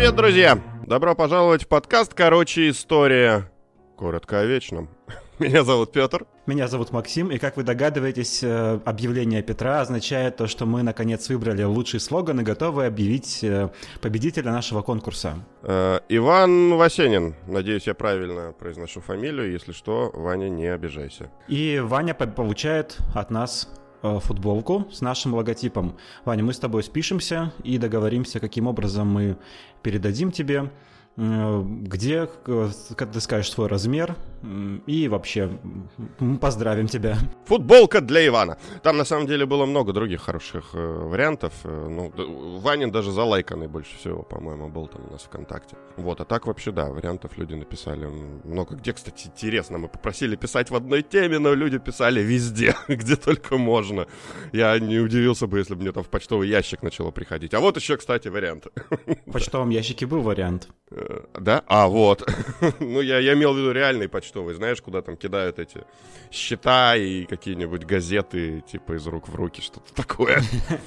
Привет, друзья! Добро пожаловать в подкаст «Короче, история». Коротко о вечном. Меня зовут Петр. Меня зовут Максим, и, как вы догадываетесь, объявление Петра означает то, что мы, наконец, выбрали лучший слоган и готовы объявить победителя нашего конкурса. Иван Васенин. Надеюсь, я правильно произношу фамилию. Если что, Ваня, не обижайся. И Ваня получает от нас футболку с нашим логотипом. Ваня, мы с тобой спишемся и договоримся, каким образом мы передадим тебе, где, как ты скажешь, свой размер, и вообще мы поздравим тебя. Футболка для Ивана. Там на самом деле было много других хороших вариантов. Ну, Ванин даже залайканный больше всего, по-моему, был там у нас ВКонтакте. Вот, а так вообще, да, вариантов люди написали много где. Кстати, интересно, мы попросили писать в одной теме, но люди писали везде, где только можно. Я не удивился бы, если бы мне там в почтовый ящик начало приходить. А вот еще, кстати, вариант. В почтовом ящике был вариант. Да? А, вот. Ну, я имел в виду реальный почтовый, знаешь, куда там кидают эти счета и какие-нибудь газеты, типа из рук в руки, что-то такое.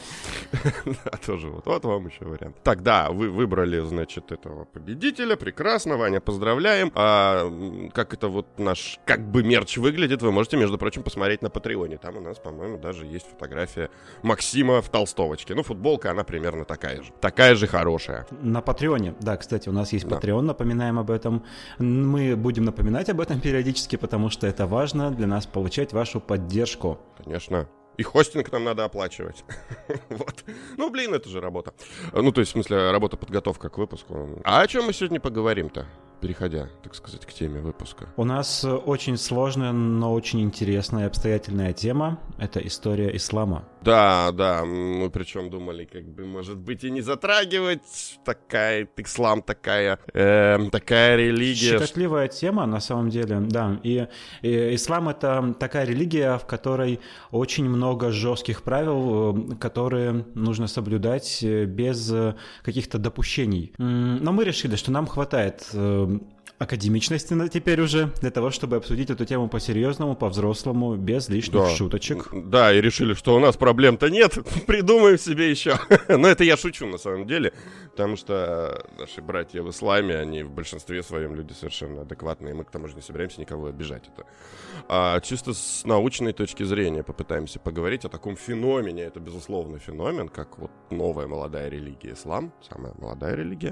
Да, тоже вот. Вот вам еще вариант. Так, да, вы выбрали, значит, этого победителя. Прекрасно, Ваня, поздравляем. А как это вот наш, как бы, мерч выглядит, вы можете, между прочим, посмотреть на Патреоне. Там у нас, по-моему, даже есть фотография Максима в толстовочке. Ну, футболка, она примерно такая же. Такая же хорошая. На Патреоне, да, кстати, у нас есть Patreon, напоминаем об этом. Мы будем напоминать об этом периодически, потому что это важно для нас получать вашу поддержку. Конечно. И хостинг нам надо оплачивать. Вот. Ну, блин, это же работа. Ну, то есть, в смысле, работа-подготовка к выпуску. А о чем мы сегодня поговорим-то? Переходя, так сказать, к теме выпуска. У нас очень сложная, но очень интересная и обстоятельная тема. Это история ислама. Да, мы причем думали, как бы, может быть, и не затрагивать ислам, такая религия. Щекотливая тема, на самом деле, да. И ислам — это такая религия, в которой очень много жестких правил, которые нужно соблюдать без каких-то допущений. Но мы решили, что нам хватает академичности теперь уже для того, чтобы обсудить эту тему по-серьезному, по-взрослому, без лишних шуточек. Да, и решили, что у нас проблем-то нет, придумаем себе еще. Но это я шучу на самом деле, потому что наши братья в исламе, они в большинстве своем люди совершенно адекватные, мы к тому же не собираемся никого обижать. Это чисто с научной точки зрения попытаемся поговорить о таком феномене. Это, безусловно, феномен, как вот новая молодая религия ислам, самая молодая религия.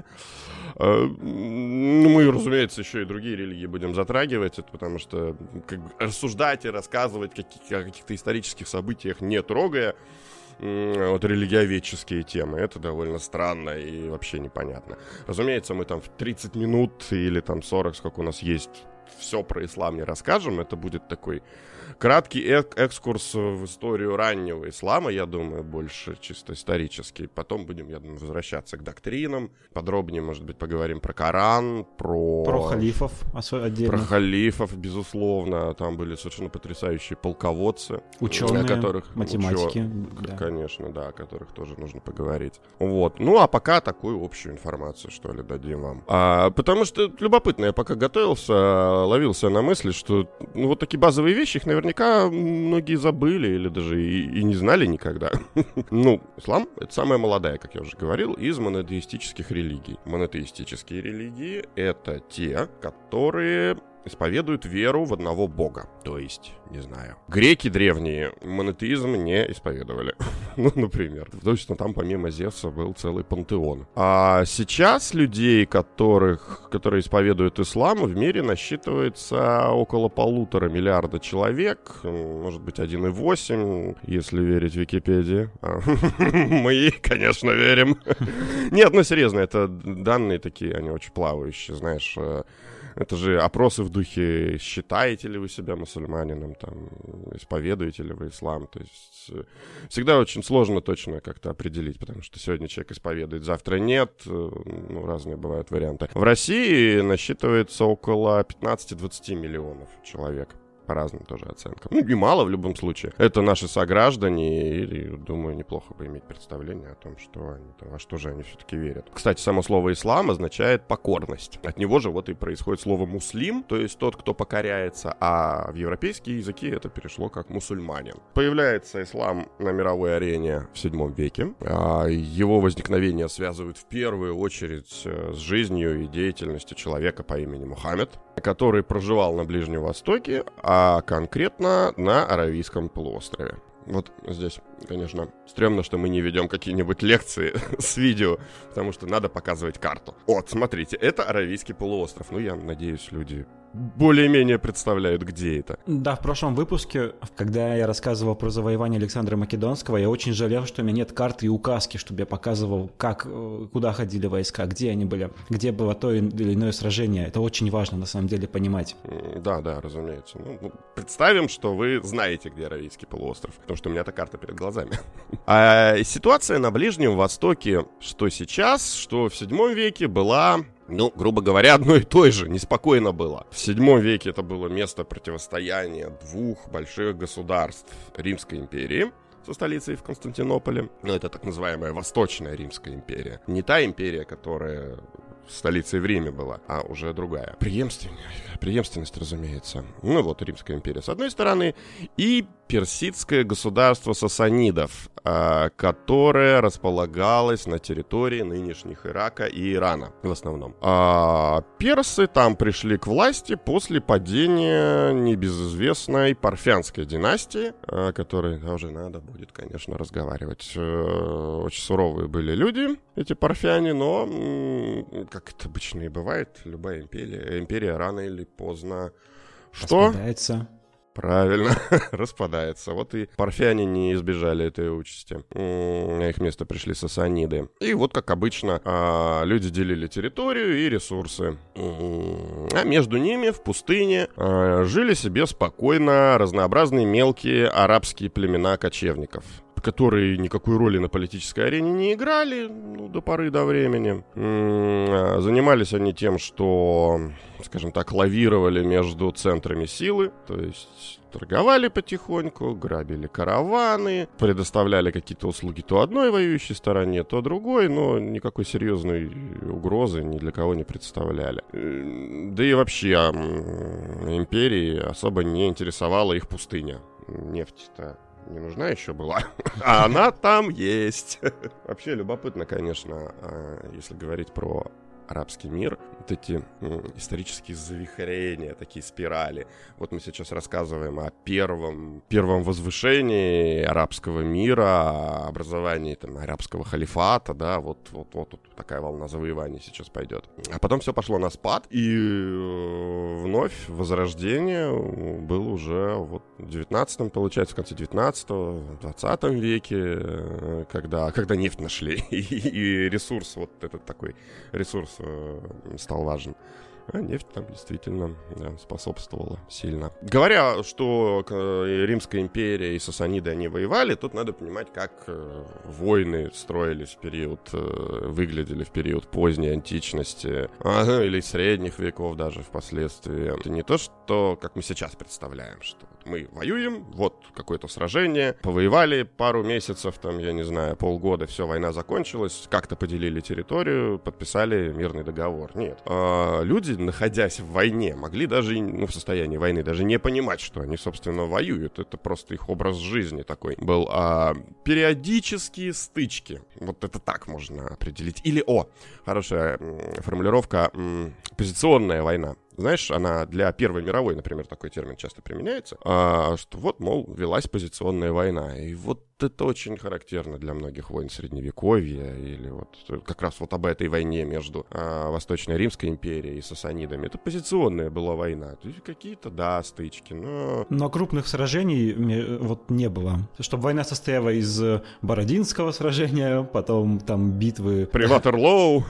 Мы, разумеется, еще и другие религии будем затрагивать, это потому что рассуждать и рассказывать о каких-то исторических событиях, не трогая вот религиоведческие темы, это довольно странно и вообще непонятно. Разумеется, мы там в 30 минут или там 40, сколько у нас есть, все про ислам не расскажем. Это будет такой краткий экскурс в историю раннего ислама, я думаю, больше чисто исторический. Потом будем, я думаю, возвращаться к доктринам. Подробнее, может быть, поговорим про Коран, про халифов отдельно. Про халифов, безусловно. Там были совершенно потрясающие полководцы. Ученые, математики. Да. Конечно, да, о которых тоже нужно поговорить. Вот. Ну, а пока такую общую информацию, что ли, дадим вам. Потому что любопытно, я пока готовился, ловился на мысли, что вот такие базовые вещи, их наверняка многие забыли или даже и не знали никогда. Ну, ислам — это самая молодая, как я уже говорил, из монотеистических религий. Монотеистические религии — это те, которые исповедуют веру в одного бога. То есть, не знаю, греки древние монотеизм не исповедовали. Ну, например. То есть, там помимо Зевса был целый пантеон. А сейчас людей, которые исповедуют ислам, в мире насчитывается около 1,5 миллиарда человек. Может быть, 1,8, если верить Википедии. Мы, конечно, верим. Нет, ну серьезно, это данные такие, они очень плавающие, знаешь. Это же опросы в духе, считаете ли вы себя мусульманином, там, исповедуете ли вы ислам. То есть всегда очень сложно точно как-то определить, потому что сегодня человек исповедует, завтра нет. Ну, разные бывают варианты. В России насчитывается около 15-20 миллионов человек. по разным тоже оценкам. Ну, немало в любом случае. Это наши сограждане, и, думаю, неплохо бы иметь представление о том, что они, во что же они все-таки верят. Кстати, само слово «ислам» означает покорность. От него же вот и происходит слово «муслим», то есть тот, кто покоряется, а в европейские языки это перешло как «мусульманин». Появляется ислам на мировой арене в VII веке. Его возникновение связывают в первую очередь с жизнью и деятельностью человека по имени Мухаммед, который проживал на Ближнем Востоке, а конкретно на Аравийском полуострове. Вот здесь, конечно, стрёмно, что мы не ведем какие-нибудь лекции с видео, потому что надо показывать карту. Вот, смотрите, это Аравийский полуостров. Ну, я надеюсь, люди более-менее представляют, где это. Да, в прошлом выпуске, когда я рассказывал про завоевание Александра Македонского, я очень жалел, что у меня нет карты и указки, чтобы я показывал, куда ходили войска, где они были, где было то или иное сражение. Это очень важно, на самом деле, понимать. Да, разумеется. Ну, представим, что вы знаете, где Аравийский полуостров, потому что у меня эта карта перед глазами. А ситуация на Ближнем Востоке, что сейчас, что в VII веке, была... Ну, грубо говоря, одно и то же, неспокойно было. В VII веке это было место противостояния двух больших государств Римской империи со столицей в Константинополе. Ну, это так называемая Восточная Римская империя. Не та империя, которая столицей в Риме была, а уже другая. Преемственность, разумеется. Ну вот, Римская империя с одной стороны, и персидское государство сасанидов, которое располагалось на территории нынешних Ирака и Ирана в основном. Персы там пришли к власти после падения небезызвестной Парфянской династии, о которой уже надо будет, конечно, разговаривать. Очень суровые были люди, эти парфяне, но, как это обычно и бывает, любая империя рано или поздно... Что? Распадается. Правильно, распадается. Вот и парфяне не избежали этой участи. На их место пришли сасаниды. И вот, как обычно, люди делили территорию и ресурсы. А между ними в пустыне жили себе спокойно разнообразные мелкие арабские племена кочевников, которые никакой роли на политической арене не играли, до поры до времени. Занимались они тем, что, скажем так, лавировали между центрами силы, то есть торговали потихоньку, грабили караваны, предоставляли какие-то услуги то одной воюющей стороне, то другой, но никакой серьезной угрозы ни для кого не представляли. Да и вообще империи особо не интересовала их пустыня. Нефть-то не нужна еще была, а она там есть. Вообще любопытно, конечно, если говорить про арабский мир, вот эти исторические завихрения, такие спирали. Вот мы сейчас рассказываем о первом возвышении арабского мира, о образовании там арабского халифата, да, вот такая волна завоеваний сейчас пойдет. А потом все пошло на спад, и вновь возрождение было уже вот в 19-м, получается, в конце 19-го, в 20 веке, когда нефть нашли, и ресурс, вот этот такой ресурс стал важен. А нефть там действительно способствовала сильно. Говоря, что Римская империя и сасаниды, они воевали, тут надо понимать, как войны строились в период, выглядели в период поздней античности, или средних веков даже впоследствии. Это не то, что, как мы сейчас представляем, что мы воюем, вот какое-то сражение, повоевали пару месяцев, там, я не знаю, полгода, все, война закончилась, как-то поделили территорию, подписали мирный договор. Нет. Люди, находясь в войне, могли даже, в состоянии войны, даже не понимать, что они, собственно, воюют. Это просто их образ жизни такой был. Периодические стычки. Вот это так можно определить. Или, хорошая формулировка, позиционная война. Знаешь, она для Первой мировой, например, такой термин часто применяется, что вот, мол, велась позиционная война. И вот это очень характерно для многих войн Средневековья, или вот как раз вот об этой войне между Восточной Римской империей и сасанидами. Это позиционная была война. То есть какие-то, да, стычки, но... Но крупных сражений вот не было. Чтобы война состояла из Бородинского сражения, потом там битвы... При Ватерлоу.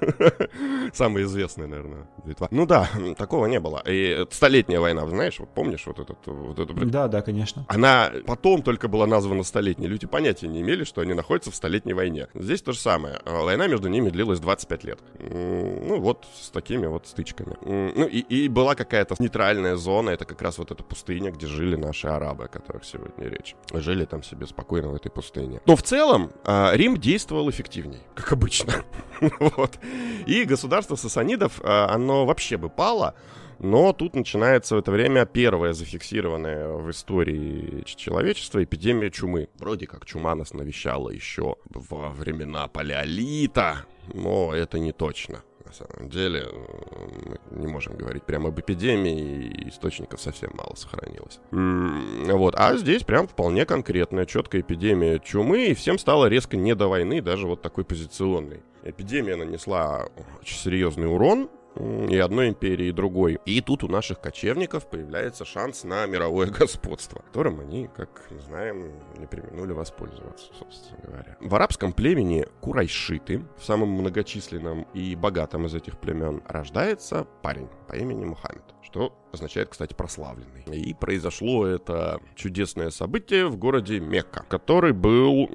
Самая известная, наверное, битва. Ну да, такого не было. И Столетняя война, знаешь, вот помнишь вот эту... Да, конечно. Она потом только была названа Столетней столетние люди понятия не имели, что они находятся в Столетней войне. Здесь то же самое. Война между ними длилась 25 лет. Ну, вот с такими вот стычками. Ну, и была какая-то нейтральная зона, это как раз вот эта пустыня, где жили наши арабы, о которых сегодня речь. Жили там себе спокойно в этой пустыне. Но в целом Рим действовал эффективней, как обычно. Вот. И государство сасанидов, оно вообще бы пало, но тут начинается в это время первая зафиксированная в истории человечества эпидемия чумы. Вроде как чума нас навещала еще во времена палеолита, но это не точно. На самом деле мы не можем говорить прямо об эпидемии, и источников совсем мало сохранилось. Вот. А здесь прям вполне конкретная, четкая эпидемия чумы, и всем стало резко не до войны, даже вот такой позиционной. Эпидемия нанесла очень серьезный урон и одной империи, и другой. И тут у наших кочевников появляется шанс на мировое господство, которым они, как мы знаем, не преминули воспользоваться, собственно говоря. В арабском племени Курайшиты, в самом многочисленном и богатом из этих племен, рождается парень по имени Мухаммед, что означает, кстати, прославленный. И произошло это чудесное событие в городе Мекка, который был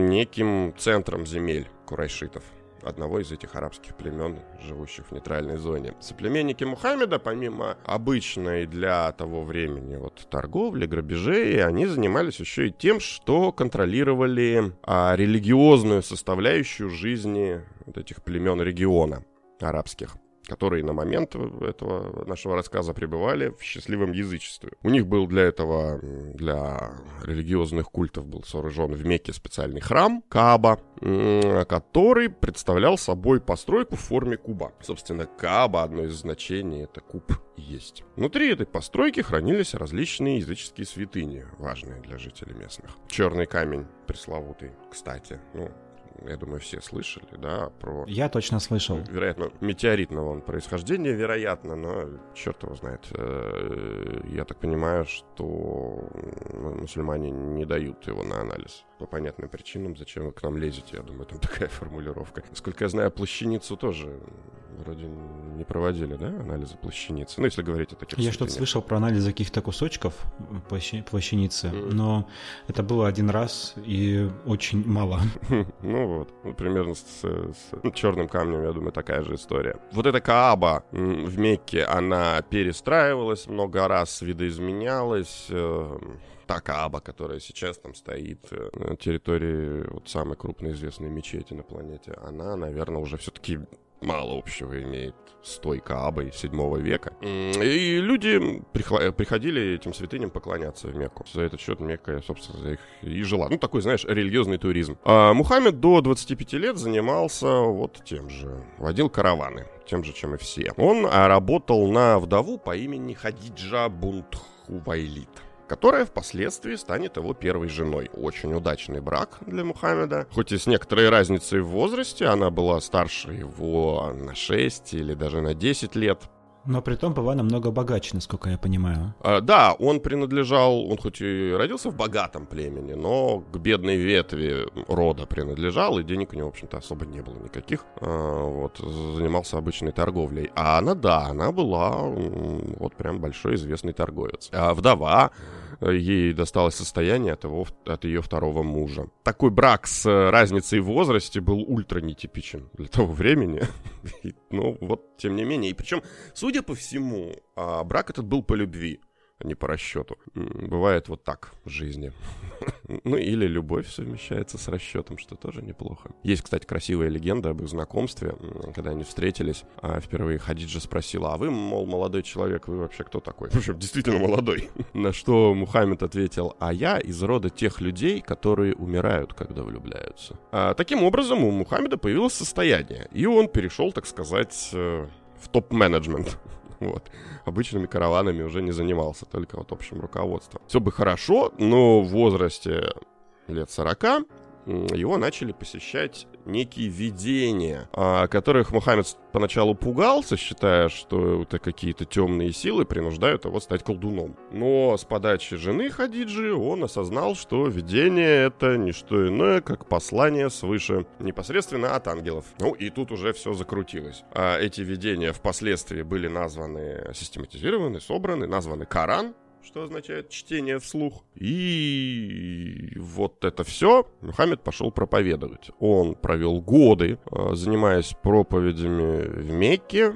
неким центром земель курайшитов, одного из этих арабских племен, живущих в нейтральной зоне. Соплеменники Мухаммеда, помимо обычной для того времени вот торговли, грабежей, они занимались еще и тем, что контролировали религиозную составляющую жизни вот этих племен региона арабских, которые на момент этого нашего рассказа пребывали в счастливом язычестве. У них был для этого, для религиозных культов, был сооружен в Мекке специальный храм Кааба, который представлял собой постройку в форме куба. Собственно, Кааба, одно из значений, это куб и есть. Внутри этой постройки хранились различные языческие святыни, важные для жителей местных. Черный камень пресловутый, кстати, я думаю, все слышали, да, про... Я точно слышал. Вероятно, метеоритного он происхождения, вероятно, но черт его знает. Я так понимаю, что мусульмане не дают его на анализ. По понятным причинам, зачем вы к нам лезете, я думаю, там такая формулировка. Насколько я знаю, плащаницу тоже вроде не проводили, да, анализы плащаницы. Ну, если говорить о таких... Я что-то слышал про анализ каких-то кусочков плащаницы, но это было один раз и очень мало. Ну вот, примерно с черным камнем, я думаю, такая же история. Вот эта Кааба в Мекке, она перестраивалась много раз, видоизменялась. Та Кааба, которая сейчас там стоит на территории вот самой крупной известной мечети на планете, она, наверное, уже все-таки мало общего имеет с той Каабой 7 века. И люди приходили этим святыням поклоняться в Мекку. За этот счет Мекка, собственно, за их и жила. Ну, такой, знаешь, религиозный туризм. А Мухаммед до 25 лет занимался вот тем же. Водил караваны. Тем же, чем и все. Он работал на вдову по имени Хадиджа бунт Хувайлид, которая впоследствии станет его первой женой. Очень удачный брак для Мухаммеда. Хоть и с некоторой разницей в возрасте, она была старше его на 6 или даже на 10 лет. Но при том была намного богаче, насколько я понимаю. Да, он хоть и родился в богатом племени, но к бедной ветви рода принадлежал, и денег у него, в общем-то, особо не было никаких. Занимался обычной торговлей. А она была вот прям большой известный торговец. А вдова, ей досталось состояние от ее второго мужа. Такой брак с разницей в возрасте был ультра нетипичен для того времени. Тем не менее. И причем, судя по всему, брак этот был по любви, а не по расчету. Бывает вот так в жизни. Или любовь совмещается с расчетом, что тоже неплохо. Есть, кстати, красивая легенда об их знакомстве. Когда они встретились, впервые Хадиджа спросила: а вы, мол, молодой человек, вы вообще кто такой? В общем, действительно молодой. На что Мухаммед ответил: а я из рода тех людей, которые умирают, когда влюбляются. Таким образом, у Мухаммеда появилось состояние, и он перешел, так сказать, в топ-менеджмент. Обычными караванами уже не занимался, только общим руководством. Все бы хорошо, но в возрасте лет 40 его начали посещать некие видения, которых Мухаммед поначалу пугался, считая, что это какие-то темные силы принуждают его стать колдуном. Но с подачи жены Хадиджи он осознал, что видение — это не что иное, как послание свыше, непосредственно от ангелов. И тут уже все закрутилось. Эти видения впоследствии были систематизированы, собраны, названы Коран. что означает чтение вслух. И вот это все Мухаммед пошел проповедовать. Он провел годы, занимаясь проповедями в Мекке,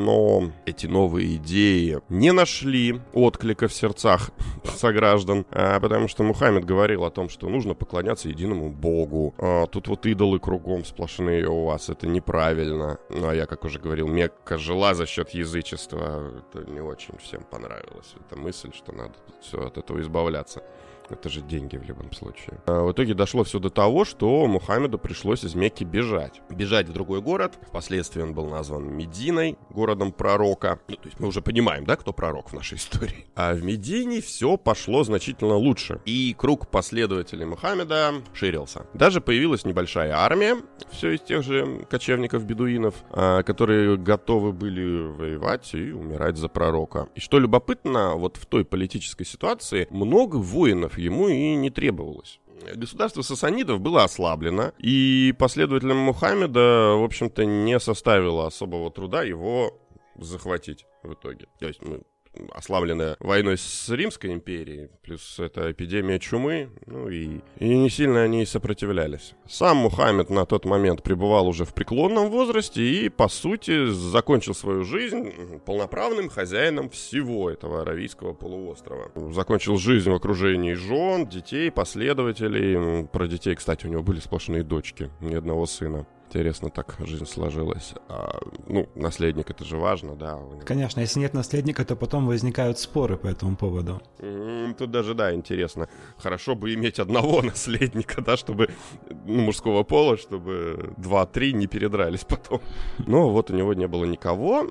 но эти новые идеи не нашли отклика в сердцах сограждан, потому что Мухаммед говорил о том, что нужно поклоняться единому Богу. Тут вот идолы кругом сплошные у вас, это неправильно. Ну, а я, как уже говорил, Мекка жила за счет язычества. Это не очень всем понравилось. Эта мысль, что надо все от этого избавляться. Это же деньги в любом случае. В итоге дошло все до того, что Мухаммеду пришлось из Мекки бежать. Бежать в другой город. Впоследствии он был назван Мединой, городом пророка. Ну, то есть мы уже понимаем, да, кто пророк в нашей истории. А в Медине все пошло значительно лучше. И круг последователей Мухаммеда ширился. Даже появилась небольшая армия, все из тех же кочевников-бедуинов, которые готовы были воевать и умирать за пророка. И что любопытно, вот в той политической ситуации много воинов ему и не требовалось. Государство сасанидов было ослаблено, и последователям Мухаммеда, в общем-то, не составило особого труда его захватить в итоге. То есть ослабленная войной с Римской империей, плюс эта эпидемия чумы, ну и не сильно они и сопротивлялись. Сам Мухаммед на тот момент пребывал уже в преклонном возрасте и, по сути, закончил свою жизнь полноправным хозяином всего этого Аравийского полуострова. Закончил жизнь в окружении жен, детей, последователей. Про детей, кстати, у него были сплошные дочки, ни одного сына. Интересно, так жизнь сложилась. Наследник, это же важно, да. Конечно, если нет наследника, то потом возникают споры по этому поводу. Тут даже, да, интересно. Хорошо бы иметь одного наследника, да, чтобы, мужского пола, чтобы 2-3 не передрались потом. Но вот у него не было никого.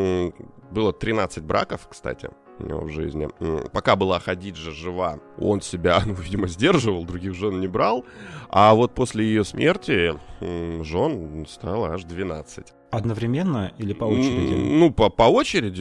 Было 13 браков, кстати, у него в жизни. Пока была Хадиджа жива, он себя, видимо, сдерживал, других жен не брал. А вот после ее смерти жен стало аж 12. Одновременно или по очереди? По очереди,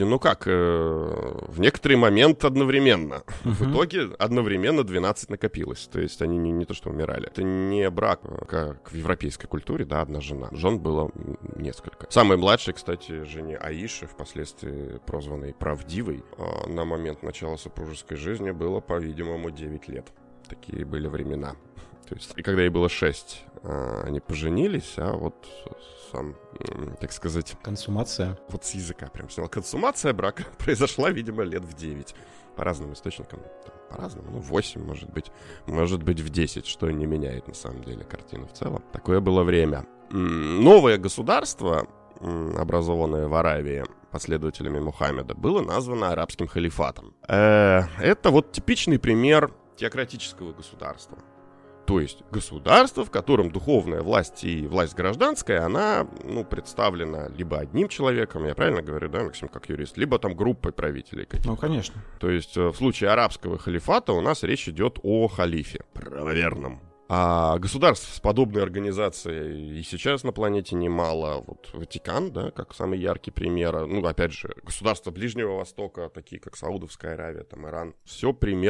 в некоторый момент одновременно. В итоге одновременно 12 накопилось. То есть они не то что умирали. Это не брак, как в европейской культуре, да, одна жена. Жен было несколько. Самой младшей, кстати, жене Аиши, впоследствии прозванной Правдивой, на момент начала супружеской жизни было, по-видимому, 9 лет. Такие были времена. То есть, и когда ей было 6, они поженились, а вот сам, так сказать... Консумация. Вот с языка прям снял. Консумация брака произошла, видимо, лет в 9. По разным источникам. По-разному. 8, может быть. Может быть, в 10, что не меняет, на самом деле, картину в целом. Такое было время. Новое государство, образованное в Аравии последователями Мухаммеда, было названо арабским халифатом. Это вот типичный пример теократического государства. То есть государство, в котором духовная власть и власть гражданская, она, представлена либо одним человеком, я правильно говорю, да, Максим, как юрист, либо там группой правителей каких-то. Конечно. То есть в случае арабского халифата у нас речь идет о халифе, правоверном. А государств с подобной организацией и сейчас на планете немало. Вот Ватикан, да, как самый яркий пример. Опять же, государства Ближнего Востока, такие как Саудовская Аравия, там Иран. Все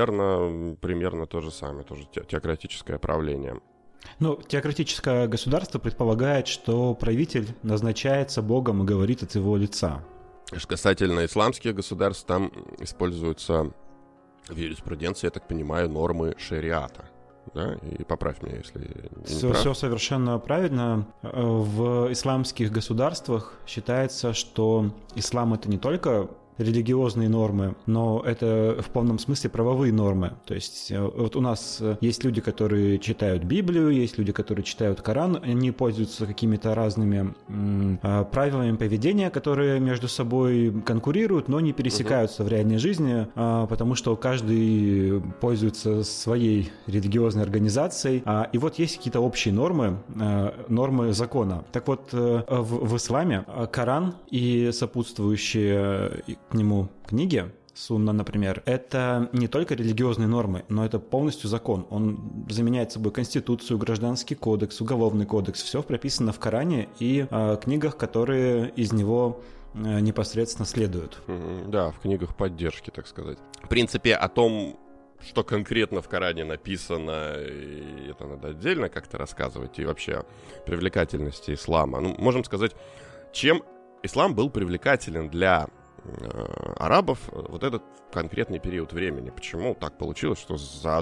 примерно то же самое, тоже теократическое правление. Теократическое государство предполагает, что правитель назначается Богом и говорит от его лица. Касательно исламских государств, там используются в юриспруденции, я так понимаю, нормы шариата. Да, и поправь меня, если не прав. Все совершенно правильно. В исламских государствах считается, что ислам — это не только религиозные нормы, но это в полном смысле правовые нормы. То есть вот у нас есть люди, которые читают Библию, есть люди, которые читают Коран, они пользуются какими-то разными правилами поведения, которые между собой конкурируют, но не пересекаются в реальной жизни, потому что каждый пользуется своей религиозной организацией. И вот есть какие-то общие нормы закона. Так вот, в исламе Коран и сопутствующие к нему книги, Сунна, например, это не только религиозные нормы, но это полностью закон. Он заменяет собой Конституцию, Гражданский кодекс, Уголовный кодекс. Все прописано в Коране и книгах, которые из него непосредственно следуют. Да, в книгах поддержки, так сказать. В принципе, о том, что конкретно в Коране написано, и это надо отдельно как-то рассказывать, и вообще о привлекательности ислама. Можем сказать, чем ислам был привлекателен для арабов вот этот конкретный период времени. Почему так получилось, что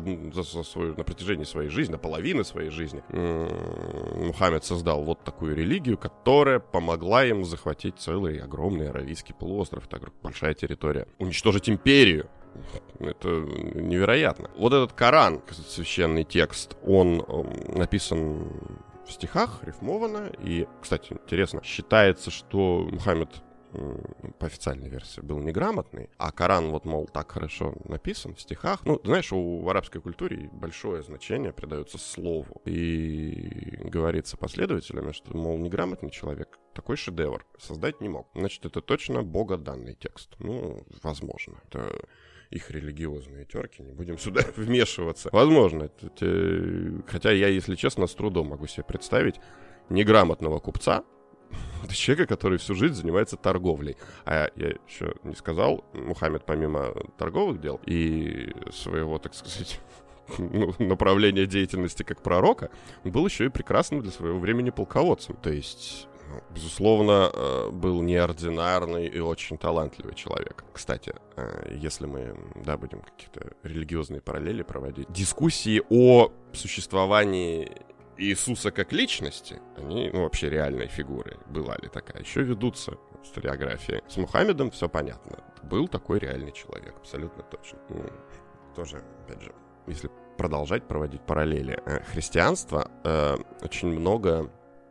на протяжении своей жизни, наполовины своей жизни, Мухаммед создал вот такую религию, которая помогла им захватить целый огромный Аравийский полуостров, так большая территория, уничтожить империю. Это невероятно. Вот этот Коран, священный текст, он написан в стихах, рифмовано. И, кстати, интересно, считается, что Мухаммед по официальной версии был неграмотный, а Коран вот, мол, так хорошо написан в стихах. Ну, знаешь, в арабской культуре большое значение придается слову. И говорится последователями, что, мол, неграмотный человек такой шедевр создать не мог. Значит, это точно богоданный текст. Ну, возможно. Это их религиозные терки, не будем сюда вмешиваться. Возможно. Хотя я, если честно, с трудом могу себе представить неграмотного купца, это человека, который всю жизнь занимается торговлей. А я еще не сказал, Мухаммед помимо торговых дел и своего, так сказать, направления деятельности как пророка, он был еще и прекрасным для своего времени полководцем. То есть, безусловно, был неординарный и очень талантливый человек. Кстати, если мы, будем какие-то религиозные параллели проводить, дискуссии о существовании Иисуса как личности, они, вообще реальные фигуры, была ли такая, еще ведутся в историографии. С Мухаммедом все понятно. Был такой реальный человек, абсолютно точно. Тоже, опять же, если продолжать проводить параллели, христианство очень много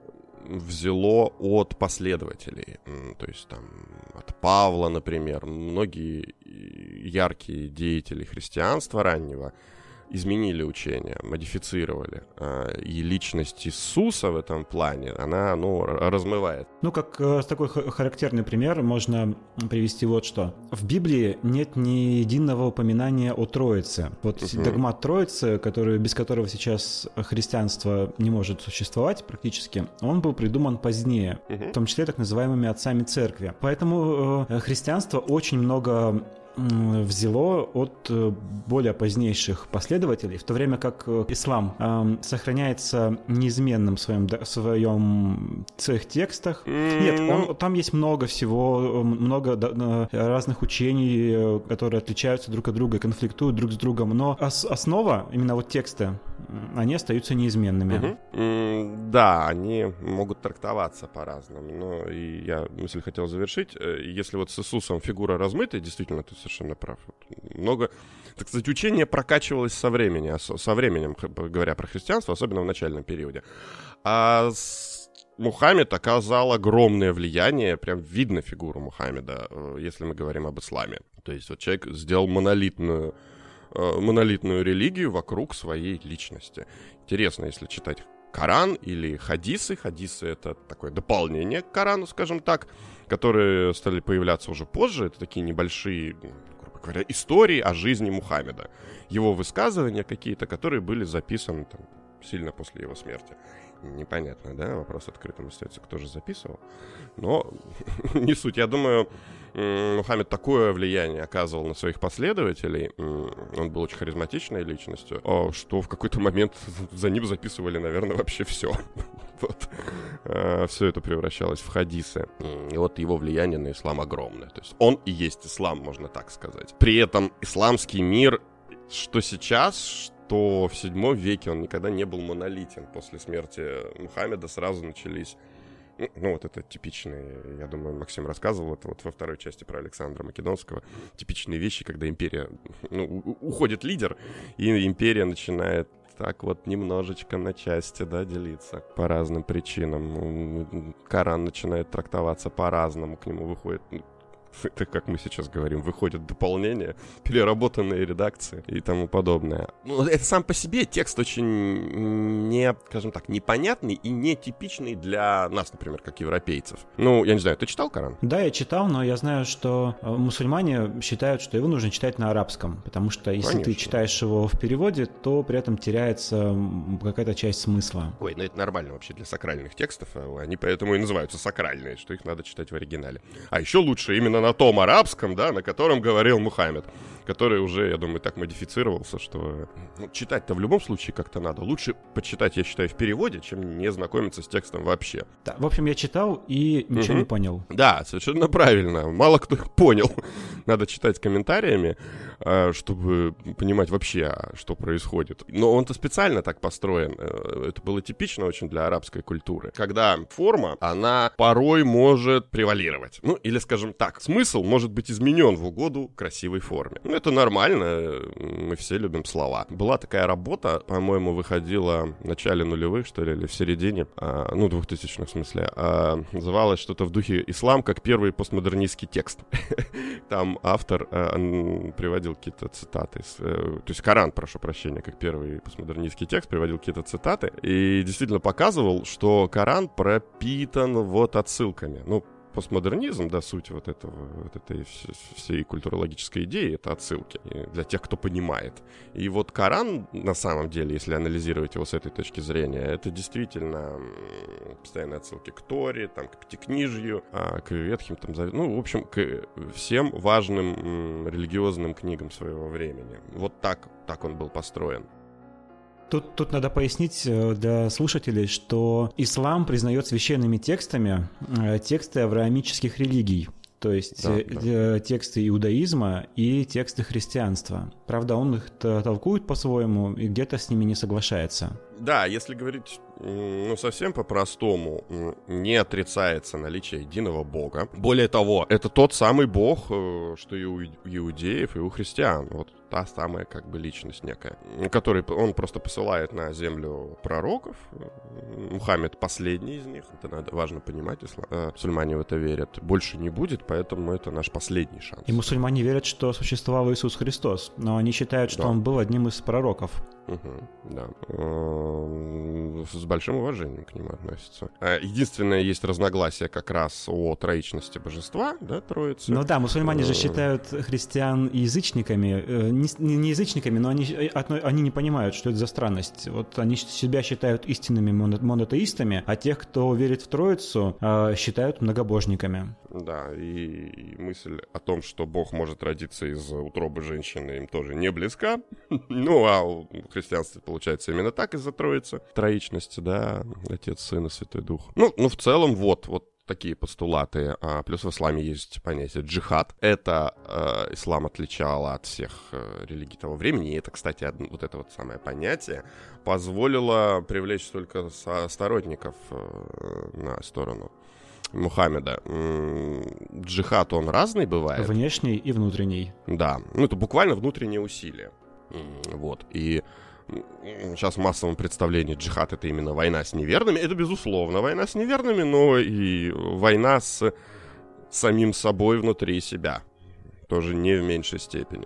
взяло от последователей. То есть там от Павла, например, многие яркие деятели христианства раннего изменили учение, модифицировали. И личность Иисуса в этом плане, она, размывает. Как такой характерный пример можно привести вот что. В Библии нет ни единого упоминания о Троице. Вот догмат Троицы, без которого сейчас христианство не может существовать практически, он был придуман позднее, в том числе так называемыми отцами церкви. Поэтому христианство очень много взяло от более позднейших последователей, в то время как ислам сохраняется неизменным в своих текстах. Нет, там есть много всего, много разных учений, которые отличаются друг от друга, конфликтуют друг с другом, но основа, именно вот тексты, они остаются неизменными. Да, они могут трактоваться по-разному, но и я мысль хотел завершить. Если вот с Иисусом фигура размытая, действительно, ты совершенно прав. Много, так сказать, учение прокачивалось со временем, говоря про христианство, особенно в начальном периоде. А Мухаммед оказал огромное влияние, прям видно фигуру Мухаммеда, если мы говорим об исламе. То есть вот человек сделал монолитную религию вокруг своей личности. Интересно, если читать Коран или хадисы. Хадисы — это такое дополнение к Корану, скажем так, которые стали появляться уже позже. Это такие небольшие, грубо говоря, истории о жизни Мухаммеда. Его высказывания какие-то, которые были записаны там сильно после его смерти. Непонятно, да? Вопрос открытым остается, кто же записывал. Но не суть. Я думаю, Мухаммед такое влияние оказывал на своих последователей, он был очень харизматичной личностью, что в какой-то момент за ним записывали, наверное, вообще все. Вот. Все это превращалось в хадисы. И вот его влияние на ислам огромное. То есть он и есть ислам, можно так сказать. При этом исламский мир, что сейчас, что в VII веке, он никогда не был монолитен. После смерти Мухаммеда сразу начались... вот это типичные, я думаю, Максим рассказывал, это вот во второй части про Александра Македонского, типичные вещи, когда империя, уходит лидер, и империя начинает так вот немножечко на части, делиться по разным причинам. Коран начинает трактоваться по-разному, к нему выходит... Это, как мы сейчас говорим, выходят дополнения, переработанные редакции и тому подобное. Это сам по себе текст очень скажем так, непонятный и нетипичный для нас, например, как европейцев. Я не знаю, ты читал Коран? Да, я читал, но я знаю, что мусульмане считают, что его нужно читать на арабском, потому что если ты читаешь его в переводе, то при этом теряется какая-то часть смысла. Это нормально вообще для сакральных текстов, они поэтому и называются сакральные, что их надо читать в оригинале. А еще лучше именно на том арабском, на котором говорил Мухаммед. который уже, я думаю, так модифицировался, что читать-то в любом случае как-то надо. Лучше почитать, я считаю, в переводе, чем не знакомиться с текстом вообще. Да, в общем, я читал и ничего не понял. Да, совершенно правильно. Мало кто их понял. Надо читать с комментариями, чтобы понимать вообще, что происходит. Но он-то специально так построен. Это было типично очень для арабской культуры. Когда форма, она порой может превалировать. Ну, или, скажем так, смысл может быть изменен в угоду красивой форме. Ну, это нормально. Мы все любим слова. Была такая работа, по-моему, выходила в начале нулевых, что ли, или в середине, 2000-х в смысле. Называлась что-то в духе «Ислам как первый постмодернистский текст». Там автор приводил какие-то цитаты. То есть Коран, прошу прощения, как первый постмодернистский текст, приводил какие-то цитаты. И действительно показывал, что Коран пропитан вот отсылками. Ну, постмодернизм, да, суть вот этой всей культурологической идеи — это отсылки для тех, кто понимает. И вот Коран, на самом деле, если анализировать его с этой точки зрения, это действительно постоянные отсылки к Торе, там, к Пятикнижью, к Ветхим, там, в общем, к всем важным религиозным книгам своего времени. Вот так он был построен. Тут надо пояснить для слушателей, что ислам признает священными текстами тексты авраамических религий, то есть тексты иудаизма и тексты христианства. Правда, он их толкует по-своему и где-то с ними не соглашается. Да, если говорить, совсем по-простому, не отрицается наличие единого Бога. Более того, это тот самый Бог, что и у иудеев, и у христиан. Вот та самая как бы личность некая, который он просто посылает на землю пророков. Мухаммед последний из них. Это важно понимать, мусульмане в это верят. Больше не будет, поэтому это наш последний шанс. И мусульмане верят, что существовал Иисус Христос, но они считают, что он был одним из пророков. Да. С большим уважением к нему относятся. Единственное, есть разногласие как раз о троичности божества, да, Троицы. Ну да, мусульмане же считают христиан язычниками. Не язычниками, но они не понимают, что это за странность. Вот они себя считают истинными монотеистами, а тех, кто верит в Троицу, считают многобожниками. Да, и мысль о том, что Бог может родиться из утробы женщины, им тоже не близка. Ну, а у христианстве получается именно так из-за Троицы. Троичности, да, Отец, Сын и Святой Дух. Ну, в целом, вот такие постулаты. Плюс в исламе есть понятие джихад. Это ислам отличал от всех религий того времени. И это, кстати, вот это вот самое понятие позволило привлечь столько сторонников на сторону Мухаммеда. Джихад, он разный бывает. Внешний и внутренний. Да, это буквально внутренние усилия. Вот, и сейчас в массовом представлении джихад — это именно война с неверными. Это, безусловно, война с неверными, но и война с самим собой внутри себя. Тоже не в меньшей степени.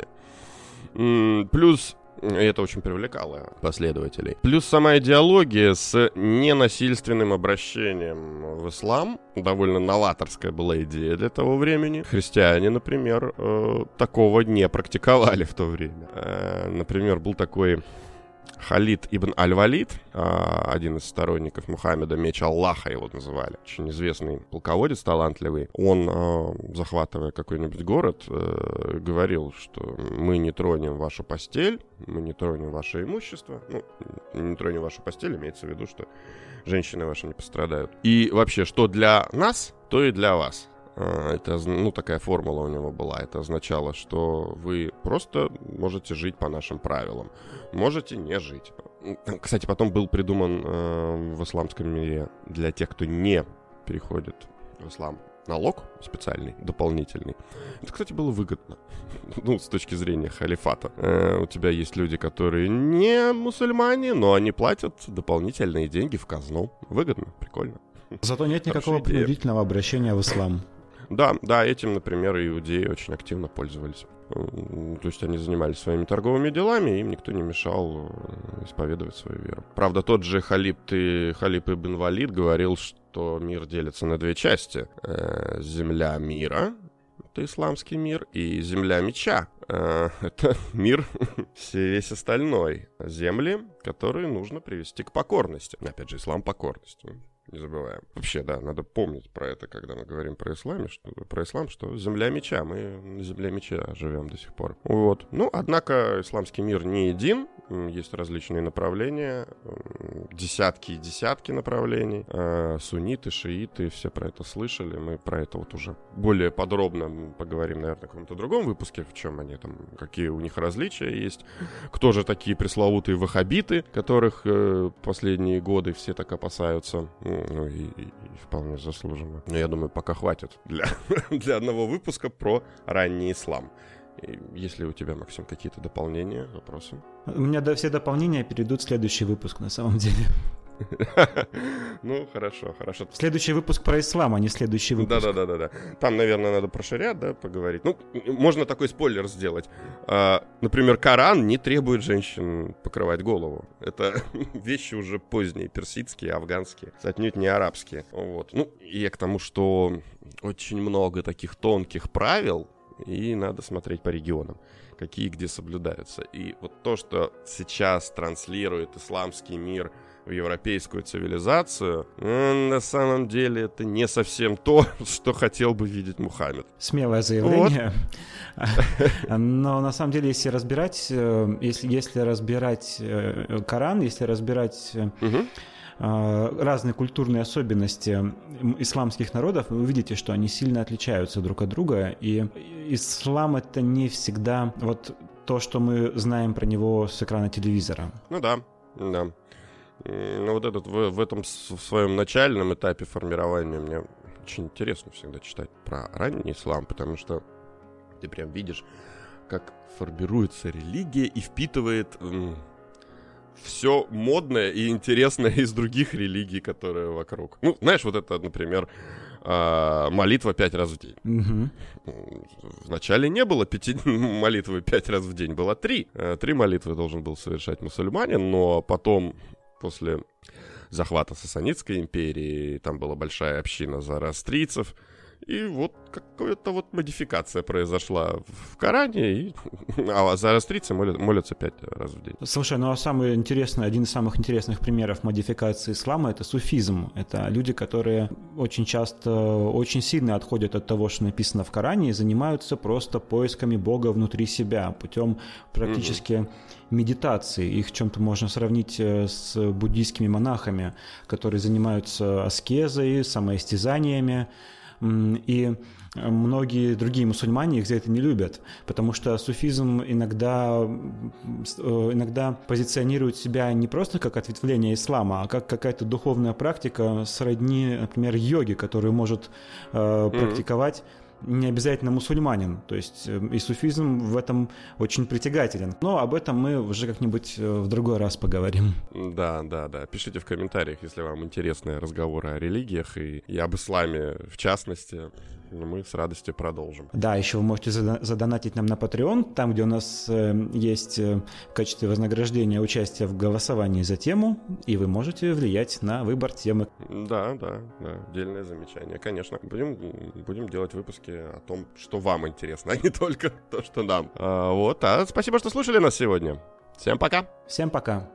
Плюс, это очень привлекало последователей, плюс сама идеология с ненасильственным обращением в ислам. Довольно новаторская была идея для того времени. Христиане, например, такого не практиковали в то время. Например, был такой Халид ибн Аль-Валид, один из сторонников Мухаммеда, меч Аллаха его называли, очень известный полководец, талантливый. Он, захватывая какой-нибудь город, говорил, что мы не тронем вашу постель, мы не тронем ваше имущество. Не тронем вашу постель, имеется в виду, что женщины ваши не пострадают. И вообще, что для нас, то и для вас. Это, такая формула у него была. Это означало, что вы просто можете жить по нашим правилам. Можете не жить. Кстати, потом был придуман в исламском мире для тех, кто не переходит в ислам, налог специальный, дополнительный. Это, кстати, было выгодно. С точки зрения халифата. У тебя есть люди, которые не мусульмане, но они платят дополнительные деньги в казну. Выгодно, прикольно. Зато нет никакого принудительного обращения в ислам. Да, этим, например, иудеи очень активно пользовались. То есть они занимались своими торговыми делами, и им никто не мешал исповедовать свою веру. Правда, тот же Халид ибн Валид говорил, что мир делится на две части. Земля мира — это исламский мир, и земля меча — это мир весь остальной. Земли, которые нужно привести к покорности. Опять же, ислам — покорность. Не забываем. Вообще, да, надо помнить про это, когда мы говорим про ислам, что земля меча, мы на земле меча живем до сих пор. Вот. Ну, однако, исламский мир не един, есть различные направления, десятки и десятки направлений. Сунниты, шииты, все про это слышали, мы про это вот уже более подробно поговорим, наверное, в каком-то другом выпуске, в чем они там, какие у них различия есть, кто же такие пресловутые ваххабиты, которых последние годы все так опасаются. Ну и вполне заслуженно. Но я думаю, пока хватит для одного выпуска про ранний ислам. И есть ли у тебя, Максим, какие-то дополнения, вопросы? У меня все дополнения перейдут в следующий выпуск, на самом деле. Ну, хорошо. Следующий выпуск про ислам, а не следующий выпуск. Да. Там, наверное, надо про шариат, да, поговорить. Ну, можно такой спойлер сделать. Например, Коран не требует женщин покрывать голову. Это вещи уже поздние, персидские, афганские, отнюдь не арабские. Вот. Ну, и я к тому, что очень много таких тонких правил, и надо смотреть по регионам, какие где соблюдаются. И вот то, что сейчас транслирует исламский мир в европейскую цивилизацию, на самом деле это не совсем то, что хотел бы видеть Мухаммед. Смелое заявление. Но на самом деле, если разбирать Коран, если разбирать разные культурные особенности исламских народов, вы увидите, что они сильно отличаются друг от друга. И ислам — это не всегда вот то, что мы знаем про него с экрана телевизора. Ну да. Ну вот этот в этом в своем начальном этапе формирования мне очень интересно всегда читать про ранний ислам, потому что ты прям видишь, как формируется религия и впитывает все модное и интересное из других религий, которые вокруг. Ну, знаешь, вот это, например, молитва 5 раз в день. Вначале не было 5 молитвы 5 раз в день, было 3. 3 молитвы должен был совершать мусульманин, но потом, после захвата Сасанидской империи, там была большая община зороастрийцев, и вот какая-то вот модификация произошла в Коране, а зороастрийцы молятся 5 раз в день. Слушай, ну а один из самых интересных примеров модификации ислама — это суфизм. Это люди, которые очень часто очень сильно отходят от того, что написано в Коране, и занимаются просто поисками Бога внутри себя путем практически медитации. Их в чем-то можно сравнить с буддийскими монахами, которые занимаются аскезой, самоистязаниями. И многие другие мусульмане их за это не любят, потому что суфизм иногда позиционирует себя не просто как ответвление ислама, а как какая-то духовная практика сродни, например, йоги, которую может практиковать не обязательно мусульманин. То есть и суфизм в этом очень притягателен. Но об этом мы уже как-нибудь в другой раз поговорим. Да. Пишите в комментариях, если вам интересны разговоры о религиях и об исламе в частности. Мы с радостью продолжим. Да, еще вы можете задонатить нам на Patreon, там, где у нас есть в качестве вознаграждения участие в голосовании за тему, и вы можете влиять на выбор темы. Да, отдельное замечание. Конечно, будем делать выпуски о том, что вам интересно, а не только то, что нам. Спасибо, что слушали нас сегодня. Всем пока. Всем пока.